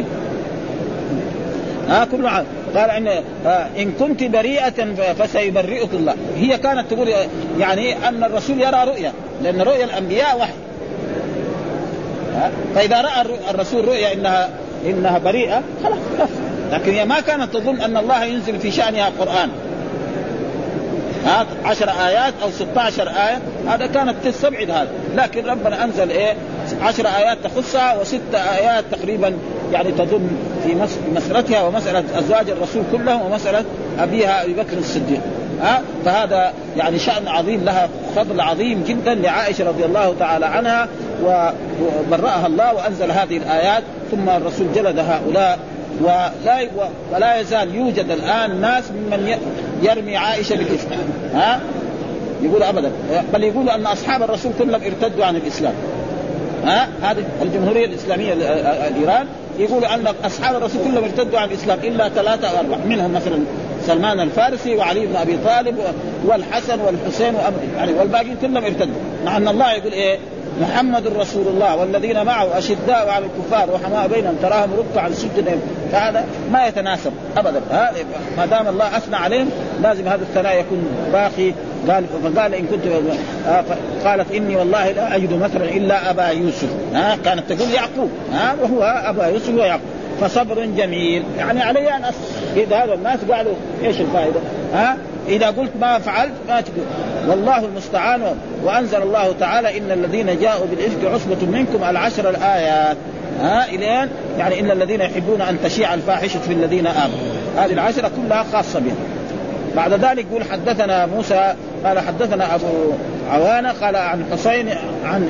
ها كل عام قال إن إن كنت بريئة فسيبرئك الله. هي كانت تقول يعني أن الرسول يرى رؤيا لأن رؤيا الأنبياء وحي. فإذا رأى الرسول رؤيا إنها إنها بريئة خلاص. لكن هي ما كانت تظن أن الله ينزل في شأنها القرآن ها عشر آيات أو ستة عشر آية، هذا كانت تستبعد هذا. لكن ربنا أنزل إيه عشر آيات تخصها وست آيات تقريبا يعني تضم في مسألتها ومسألة أزواج الرسول كلهم ومسألة أبيها أبي بكر الصديق. ها فهذا يعني شأن عظيم لها فضل عظيم جدا لعائشة رضي الله تعالى عنها وبرأها الله وأنزل هذه الآيات. ثم الرسول جلد هؤلاء ولا ولا يزال يوجد الآن ناس ممن يرمي عائشة بالإفك. ها يقول أبدا بل يقولوا أن أصحاب الرسول كلهم ارتدوا عن الإسلام. ها هذه الجمهورية الإسلامية الإيران يقولوا أن أصحاب الرسول كلهم ارتدوا عن الإسلام إلا ثلاثة أو أربعة، منهم مثلا سلمان الفارسي وعلي بن أبي طالب والحسن والحسين يعني والباقين كلهم ارتدوا، مع أن الله يقول إيه محمد رسول الله والذين معه أشداء على الكفار وحماء بينهم تراهم ركعا سجدا. فهذا ما يتناسب أبدا. ما دام الله أثنى عليهم لازم هذا الثناء يكون باقي. قال فقال إن كنت قالت إني والله لا أجد مثلا إلا أبا يوسف. ها كانت تقول يعقوب ها وهو أبا يوسف ويعقوب فصبر جميل. يعني علي أن إذا هذا الناس قالوا إيش الفائدة؟ ها إذا قلت ما فعلت ما تقول والله المستعان. وأنزل الله تعالى إن الذين جاءوا بالإفك عصبة منكم العشر الآيات. ها إلين يعني إن الذين يحبون أن تشيع الفاحشة في الذين آمنوا. هذه العشرة كلها خاصة بهم. بعد ذلك يقول حدثنا موسى قال حدثنا أبو عوانة قال عن حسين عن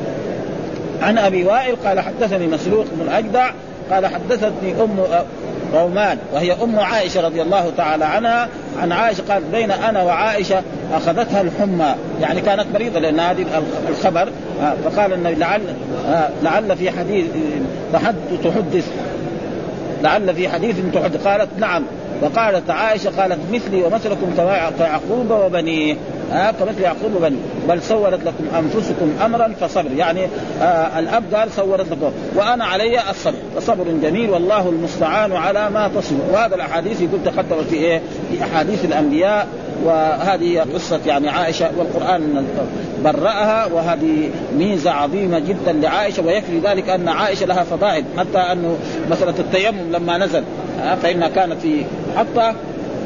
عن أبي وائل قال حدثني مسروق بن الأجدع قال حدثتني أم رومان وهي أم عائشة رضي الله تعالى عنها. عن عائشة قالت بين أنا وعائشة أخذتها الحمى، يعني كانت مريضة لأن هذه الخبر. فقال النبي لعل لعل في حديث تحدث لعل في حديث تحدث. قالت نعم. وقالت عائشة قالت مثلي ومثلكم كيعقوب وبنيه، آه كمثل يعقوب وبنيه، بل سولت لكم أنفسكم أمرا فصبر. يعني آه الأب قال سولت لكم وأنا علي الصبر، فصبر جميل والله المستعان على ما تصف. وهذا الأحاديث يقول تقدم في إيه في أحاديث الأنبياء. وهذه قصة يعني عائشة والقرآن برأها، وهذه ميزة عظيمة جدا لعائشة. ويكفي ذلك أن عائشة لها فضائل، حتى أنه مثلا التيمم لما نزل آه فإنها كانت في حتى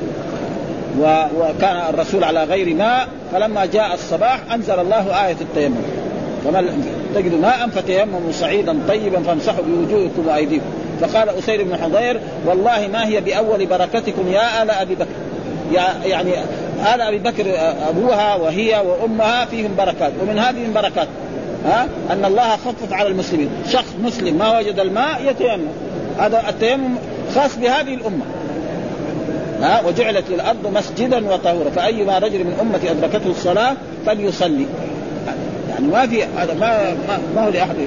وكان الرسول على غير ماء، فلما جاء الصباح أنزل الله آية التيمم، فما تجد ماء فتيمموا صعيدا طيبا فامسحوا بوجوهكم وأيديكم. فقال أسير بن حضير والله ما هي بأول بركتكم يا آل أبي بكر، يعني آل أبي بكر أبوها وهي وأمها فيهم بركات، ومن هذه البركات ها أن الله خفف على المسلمين. شخص مسلم ما وجد الماء يتيمم، هذا التيمم خاص بهذه الأمة. ها وجعلت للأرض مسجدا وطهورا فأيما رجل من أمتي أدركته الصلاة فليصلي. يعني ما في هذا ما ما, ما هو لأحد.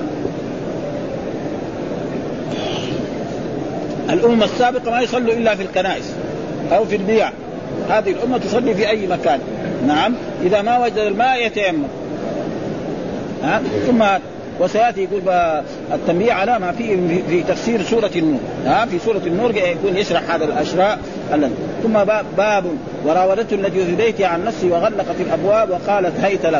الأمة السابقة ما يصلوا إلا في الكنائس أو في البيع، هذه الأمة تصلي في أي مكان. نعم إذا ما وجد الماء يتيمم. ها ثم وسيأتي يقول التنبيه على ما فيه في تفسير سورة النور. ها في سورة النور يكون يشرح هذا الأشياء. ثم باب وراودته التي في بيتها عن نفسه وغلقت الأبواب وقالت هيت لك.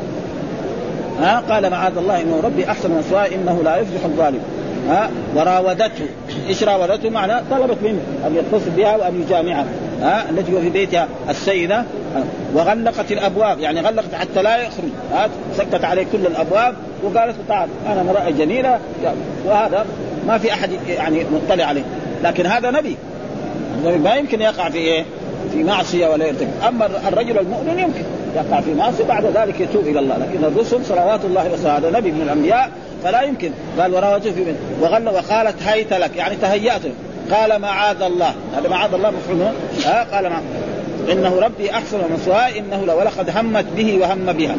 ها قال معاذ الله إنه ربي أحسن مثواي إنه لا يفلح الظالم. ها وراودته إيش راودته؟ معنى طلبت منه أن يتصل بها وأن يجامعها. ها التي في بيتها السيدة. وغلقت الأبواب يعني غلقت حتى لا يخرج. ها سكت عليه كل الأبواب وقالت تعال أنا امرأة جميلة، وهذا ما في أحد يعني مطلع عليه. لكن هذا نبي ما يمكن يقع في إيه في معصية ولا يرتكب. أما الرجل المؤمن يمكن يقع في معصية بعد ذلك يتوب إلى الله، لكن الرسل صلوات الله وسلامه هذا نبي من الأنبياء فلا يمكن. قال وراوته في بنت وغل وقالت هيت لك يعني تهيأته. قال معاذ الله، هذا معاذ الله مفعول. ها قال معاذ إنه ربي أحسن مثواي إنه لا ولقد همت به وهم بها.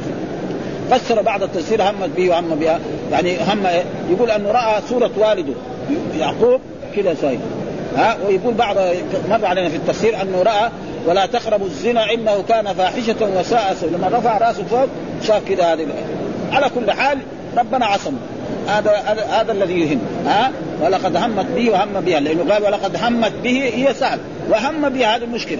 فسر بعض التفسير همت به وهم بها يعني هم يقول أنه رأى صورة والده يعقوب كذا شيء. ها ويقول بعض مر علينا في التفسير أنه رأى ولا تقربوا الزنا إنه كان فاحشة وساء سبيلا. لما رفع رأسه فوق شاف كذا. هذه على كل حال ربنا عصم. هذا هذا الذي يهم. ها ولقد همت به وهم بها، لأنه قال ولقد همت به هي سهل وهم بها هذه المشكلة.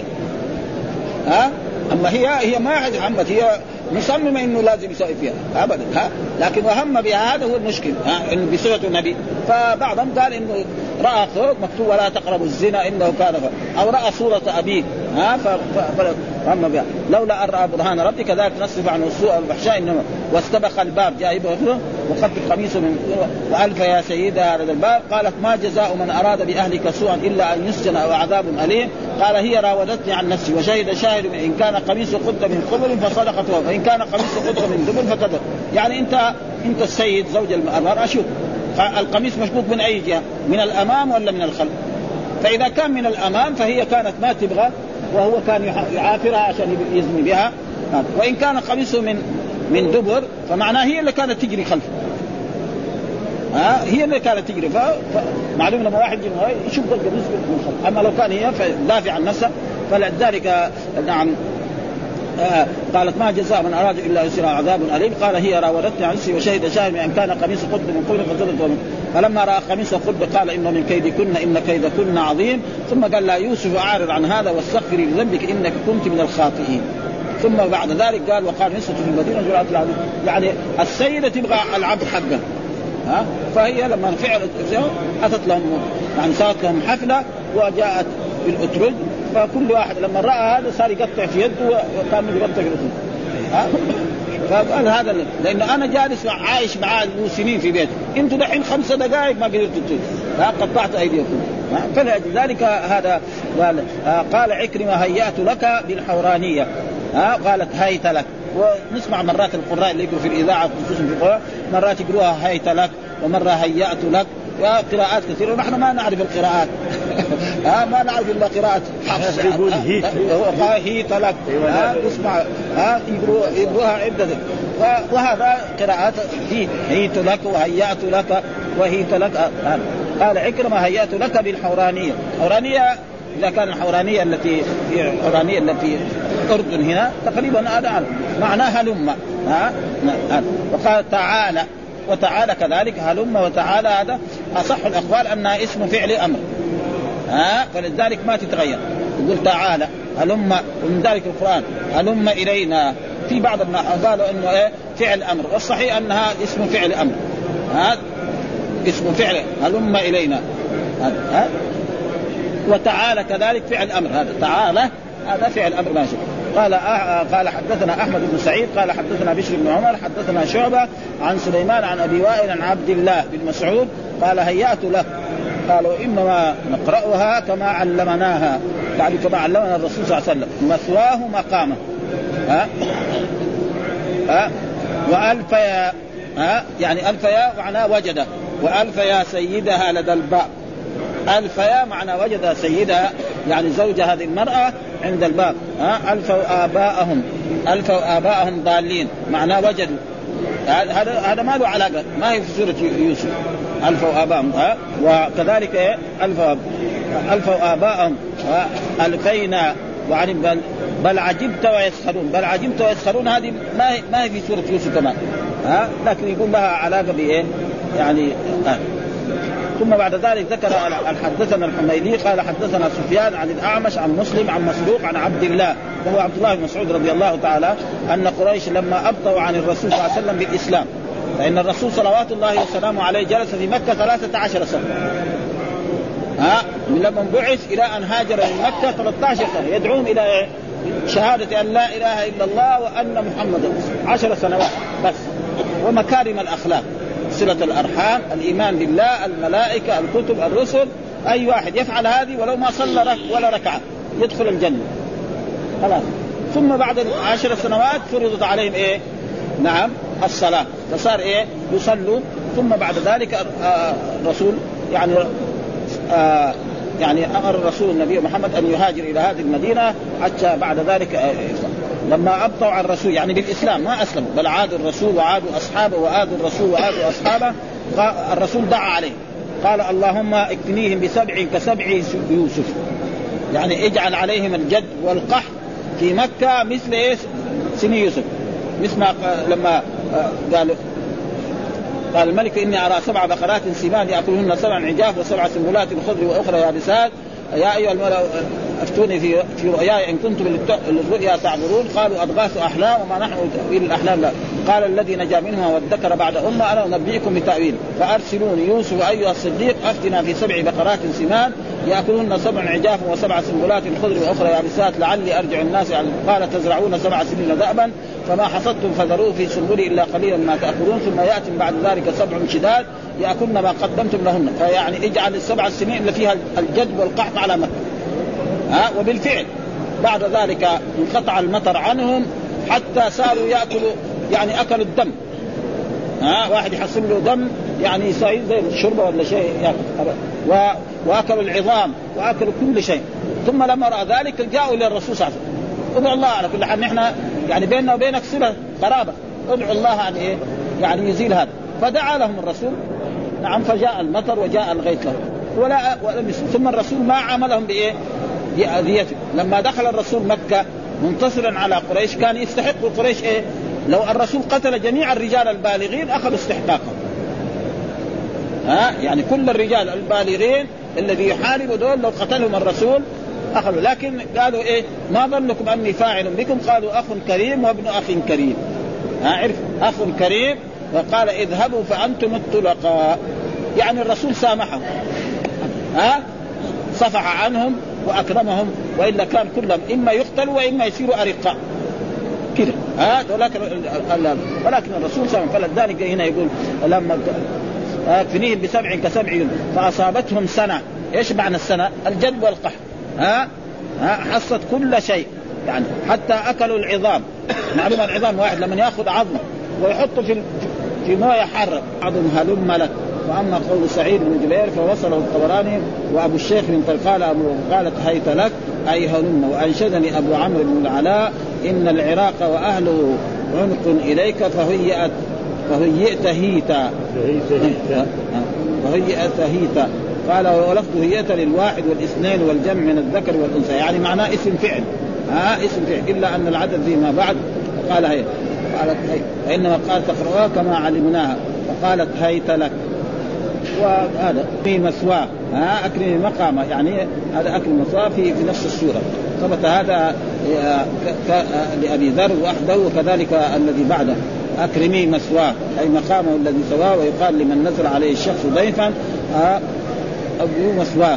ها أما هي هي ما حد همت، هي مصممة إنه لازم يسوي فيها أبدا. ها لكن وهم بها هذا هو المشكلة. ها إنه بصفة النبي. فبعضهم قال إنه رأى فوق مكتوب ولا تقربوا الزنا إنه كان ف... أو رأى صورة أبيه. ها فهم بها لولا أن رأى برهان ربي كذلك نصرف عنه السوء والفحشاء إنما واستبق الباب جاء يبغى وقد قميصه من وألف يا سيدة هذا الباب. قالت ما جزاء من أراد بأهلك سوءا إلا أن يسجن أو عذاب أليم. قال هي راودتني عن نفسي وشهد شاهد إن كان قميصه قد من قبل فصدقت وإن كان قميصه قد من دبر فكذب. يعني أنت أنت السيد زوج المرأة شوف القميص مشبوك من أي جهة، من الأمام ولا من الخلف؟ فإذا كان من الأمام فهي كانت ما تبغى وهو كان يعافرها عشان يزني بها. وإن كان قميصه من من دبر فمعناه هي اللي كانت تجري خلفه. ها هي اللي كانت تجري. فمعلوم لما واحد يشوف القميص من خلف، أما لو كان هي فدافع عن نفسها. فلذلك نعم آه قالت ما جزاء من أراد إلا يسر عذاب أليم. قال هي راودتني عن نفسي وشهد شاهد أن كان قميص قد من قبل فصدقت ومن فلما رأى قميص قد قال إنه من كيدكن إن كيدكن عظيم. ثم قال لا يوسف أعرض عن هذا واستغفري لذنبك إنك كنت من الخاطئين. ثم بعد ذلك قال وقال نسوة في المدينة جرأت العبد، يعني السيدة تبغى العبد حقه. ها فهي لما فعلت أتت لهم يعني سوت لهم حفلة وجاءت بالأترج. فكل واحد لما رأى هذا صار يقطع في يده وكان يقطع في يده. ها فقال هذا لأنه أنا جالس عايش معاه سنين في بيته، أنتوا دحين خمسة دقائق ما قدرتوا تجوا قطعت أيديكم. فلذلك هذا قال قال عكرمة هيأت لك بالحورانية. ها قالت هيت لك. ونسمع مرات القراء اللي يقروا في الإذاعة خصوصا في القراء مرات يقروها هيت لك ومرة هيأت لك وقراءات كثيرة ونحن ما نعرف القراءات ها ما نعرف إلا قراءة حفص يقول هيت هيت لك اسمع ها يقروها عدة وهذا قراءات هيت هيت لك وهيأت لك وهيت لك. قال عكرمة هيأت لك بالحورانية. حورانية إذا كان الحورانية التي في الحورانية التي الأردن هنا تقريبا هذا معناها هلم ها. وقال تعالى وتعالى كذلك هلم وتعالى هذا أصح الأقوال أنها اسم فعل أمر ها فلذلك ما تتغير. يقول تعالى هلم ومن ذلك القرآن هلم إلينا. في بعض الناس قالوا إنه إيه فعل أمر والصحيح أنها اسم فعل أمر ها اسم فعل هلم إلينا ها. وتعالى كذلك فعل أمر هذا تعالى هذا فعل أمر ماشي. قال آه قال حدثنا أحمد بن سعيد قال حدثنا بشر بن عمر حدثنا شعبة عن سليمان عن أبي وائل عن عبد الله بن مسعود قال هيأت له. قالوا إنما نقرأها كما علمناها يعني كما علمنا الرسول صلى الله عليه وسلم مثواه مقامه ها ها وألف يا ها يعني ألف يا معناه وجد وألف يا سيدها لدى الباب. ألف يا معنى وجد سيدها يعني زوج هذه المرأة عند الباب ها ألفوا آباءهم ألفوا آباءهم ضالين معناه وجدوا. هذا هذا ما له علاقة ما هي في سورة يوسف ألفوا آباءهم ها. وكذلك إيه ألفوا ألفوا آباءهم ألفينا وعن بل, بل عجبت ويسخرون. بل عجبت ويسخرون هذه ما هي ما هي في سورة يوسف كمان ها لكن يقول لها علاقة بإيه يعني آه. ثم بعد ذلك ذكر حدثنا الحميدي قال حدثنا سفيان عن الأعمش عن مسلم عن مسروق عن عبد الله وهو عبد الله بن مسعود رضي الله تعالى أن قريش لما أبطوا عن الرسول صلى الله عليه وسلم بالإسلام فإن الرسول صلوات الله وسلامه عليه جلس في مكة ثلاثة عشر سنة ها من لما بعث إلى أن هاجر من مكة ثلاثة عشر سنة يدعوهم إلى شهادة أن لا إله إلا الله وأن محمدا عشر سنوات بس. ومكارم الأخلاق صلة الأرحام الإيمان بالله الملائكة الكتب الرسل أي واحد يفعل هذه ولو ما صلى رك ولا ركعة يدخل الجنة خلاص. ثم بعد عشر سنوات فرضت عليهم إيه نعم الصلاة فصار إيه يصلوا. ثم بعد ذلك الرسول يعني آه يعني أمر الرسول النبي محمد أن يهاجر إلى هذه المدينة حتى بعد ذلك آه لما أبطوا عن الرسول يعني بالإسلام ما أسلموا بل عادوا الرسول وعادوا أصحابه وآذوا الرسول وآذوا أصحابه. الرسول دعا عليه قال اللهم اكفنيهم بسبع كسبع يوسف يعني اجعل عليهم الجد والقحط في مكة مثل إيه سن يوسف مثل ما لما قالوا قال الملك إني أرى سبع بقرات سمان يأكلهن سبع عجاف وسبع سنبلات خضر وأخرى يابسات يا أيها الملأ أفتوني في في رؤياي إن كنتم للرؤيا تعبرون قالوا أضغاث أحلام وما نحن بتأويل الأحلام لا. قال الذي نجا منها وادكر بعد أمة أنا أنبئكم بتأويل فأرسلوني يوسف أيها الصديق أفتنا في سبع بقرات سمان يأكلون سبع عجاف وسبع سنبلات خضر وأخرى يابسات لعلي أرجع الناس. قال تزرعون سبع سنين دأبا فما حصدتم فذروه في سنبله إلا قليلا ما تأكلون ثم يأتي بعد ذلك سبع شداد يأكلن ما قدمتم لهن. فيعني اجعل السبع السنين اللي فيها الجد والقحط على مكة ها. وبالفعل بعد ذلك انقطع المطر عنهم حتى صاروا يأكلوا يعني أكلوا الدم ها. واحد يحصل له دم يعني يصير زي الشربة ولا شيء و... وأكلوا العظام وأكلوا كل شيء. ثم لما رأى ذلك جاءوا للرسول صلى الله عليه وسلم ادعوا الله على كل حال نحن يعني بيننا وبينك صلة قرابة ادعوا الله عن إيه يعني يزيل هذا. فدعا لهم الرسول نعم فجاء المطر وجاء الغيث له ولا ولم يسلم. ثم الرسول ما عاملهم بإيه بأذيته. لما دخل الرسول مكة منتصرا على قريش كان يستحق قريش إيه لو الرسول قتل جميع الرجال البالغين أخذوا استحقاقهم ها يعني كل الرجال البالغين الذي يحاربوا دول لو قتلهم الرسول أخذوا. لكن قالوا إيه ما ظنكم أني فاعل بكم قالوا أخ كريم وابن أخ كريم ها عرف أخ كريم وقال اذهبوا فأنتم الطلقاء يعني الرسول سامحهم ها صفح عنهم وأكرمهم وإلا كان كلهم إما يقتلوا وإما يصيروا أرقاء كده ها. ولكن ولكن الرسول صلى الله عليه وسلم فلذلك هنا يقول لما اكفنيهم بسبع كسبع فأصابتهم سنة. إيش معنى السنة الجد والقحط ها ها حصت كل شيء يعني حتى أكلوا العظام. معلومة العظام واحد لما يأخذ عظمه ويحطه في في مويه حارة عظم هلم لك فأما قول سعيد بن جبير فوصله الطبراني وأبو الشيخ من قال أبو قالت هيت لك أي هلم. وأنشدني أبو عمرو بن العلاء إن العراق وأهله عنق إليك فهيئت فهيئت هيتا فهيئت هيتا. قال ولفظ هيئت للواحد والاثنين والجمع من الذكر والأنثى يعني معناه اسم فعل ها اسم فعل إلا أن العدد فيما بعد قال هي قالت هي فإنما قالت تقرأها كما علمناها فقالت هيت لك. وهذا في مسواه ها أكرمي مقامه يعني هذا أكرم مسواه في في نفس السورة. ثبت هذا لأبي ذر وحده وكذلك الذي بعده أكرمي مسواه أي مقامه الذي سواه. ويقال لمن نزل عليه الشخص ضيفا أبو مسواه.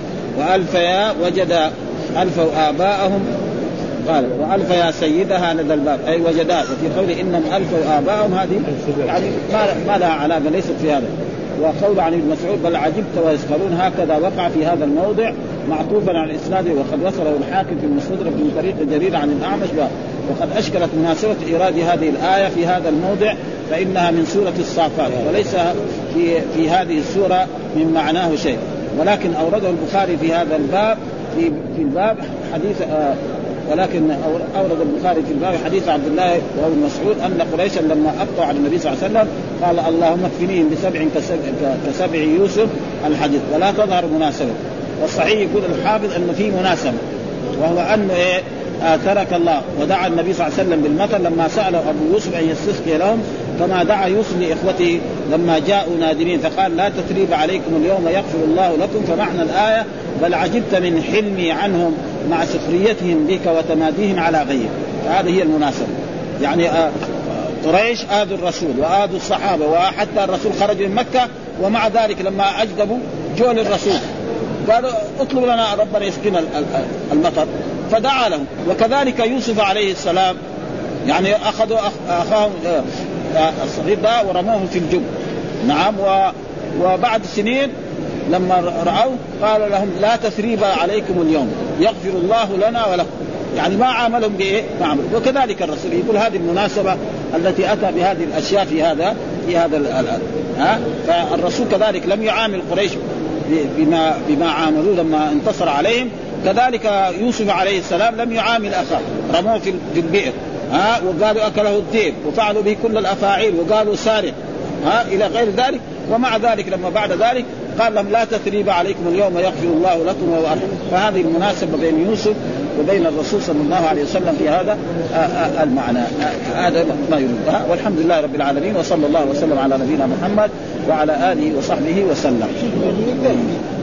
وألف يا وجد ألفوا آباءهم قال وألف يا سيدها لدى الباب أي وجدات. وفي قول إنهم ألفوا آباءهم هذه يعني ما لها علاقة ليست في هذا. وقول عن ابن مسعود بل عجبت ويسخرون هكذا وقع في هذا الموضع معطوفا على الإسناد وقد وصله الحاكم في المستدرك من طريق جرير عن الأعمش. وقد أشكلت مناسبة إيراد هذه الآية في هذا الموضع فإنها من سورة الصافات وليس في في هذه السورة من معناه شيء. ولكن أورده البخاري في هذا الباب في في الباب حديث آه ولكن أورد البخاري في الباب حديث عبد الله وابن مسعود أن قريشا لما أبطوا على النبي صلى الله عليه وسلم قال اللهم اكفنيهم بسبع كسبع يوسف الحديث ولا تظهر مناسبة. والصحيح يقول الحافظ أنه في مناسبة وهو أنه إيه آه ترك الله ودعا النبي صلى الله عليه وسلم بالمثل لما سأل أبو يوسف أن يستسقي لهم كما دعا يوسف لإخوته لما جاءوا نادمين فقال لا تثريب عليكم اليوم يغفر الله لكم. فمعنى الآية بل عجبت من حلمي عنهم مع سخريتهم بك وتماديهم على غيرك. هذه هي المناسبة يعني آه قريش آذوا الرسول وآذوا الصحابة وحتى الرسول خرج من مكة ومع ذلك لما أجدبوا جو للرسول قالوا اطلب لنا ربنا يسقينا المطر فدعا لهم. وكذلك يوسف عليه السلام يعني أخذوا أخاهم الصغير ده ورموه في الجب نعم. وبعد سنين لما رأوا قالوا لهم لا تثريب عليكم اليوم يغفر الله لنا ولكم يعني ما عاملهم بإيه معامل. وكذلك الرسول يقول هذه المناسبة التي أتى بهذه الأشياء في هذا في هذا الآن ها. فالرسول كذلك لم يعامل قريش بما بما عاملوا لما انتصر عليهم. كذلك يوسف عليه السلام لم يعامل أخاه رموه في البئر ها وقالوا أكله الذئب وفعلوا به كل الأفاعيل وقالوا سارق ها إلى غير ذلك. ومع ذلك لما بعد ذلك قال لهم لا تثريب عليكم اليوم يغفر الله لكم وهو أرحم. فهذه المناسبة بين يوسف وبين الرسول صلى الله عليه وسلم في هذا المعنى. هذا ما يريد. والحمد لله رب العالمين وصلى الله وسلم على نبينا محمد وعلى آله وصحبه وسلم.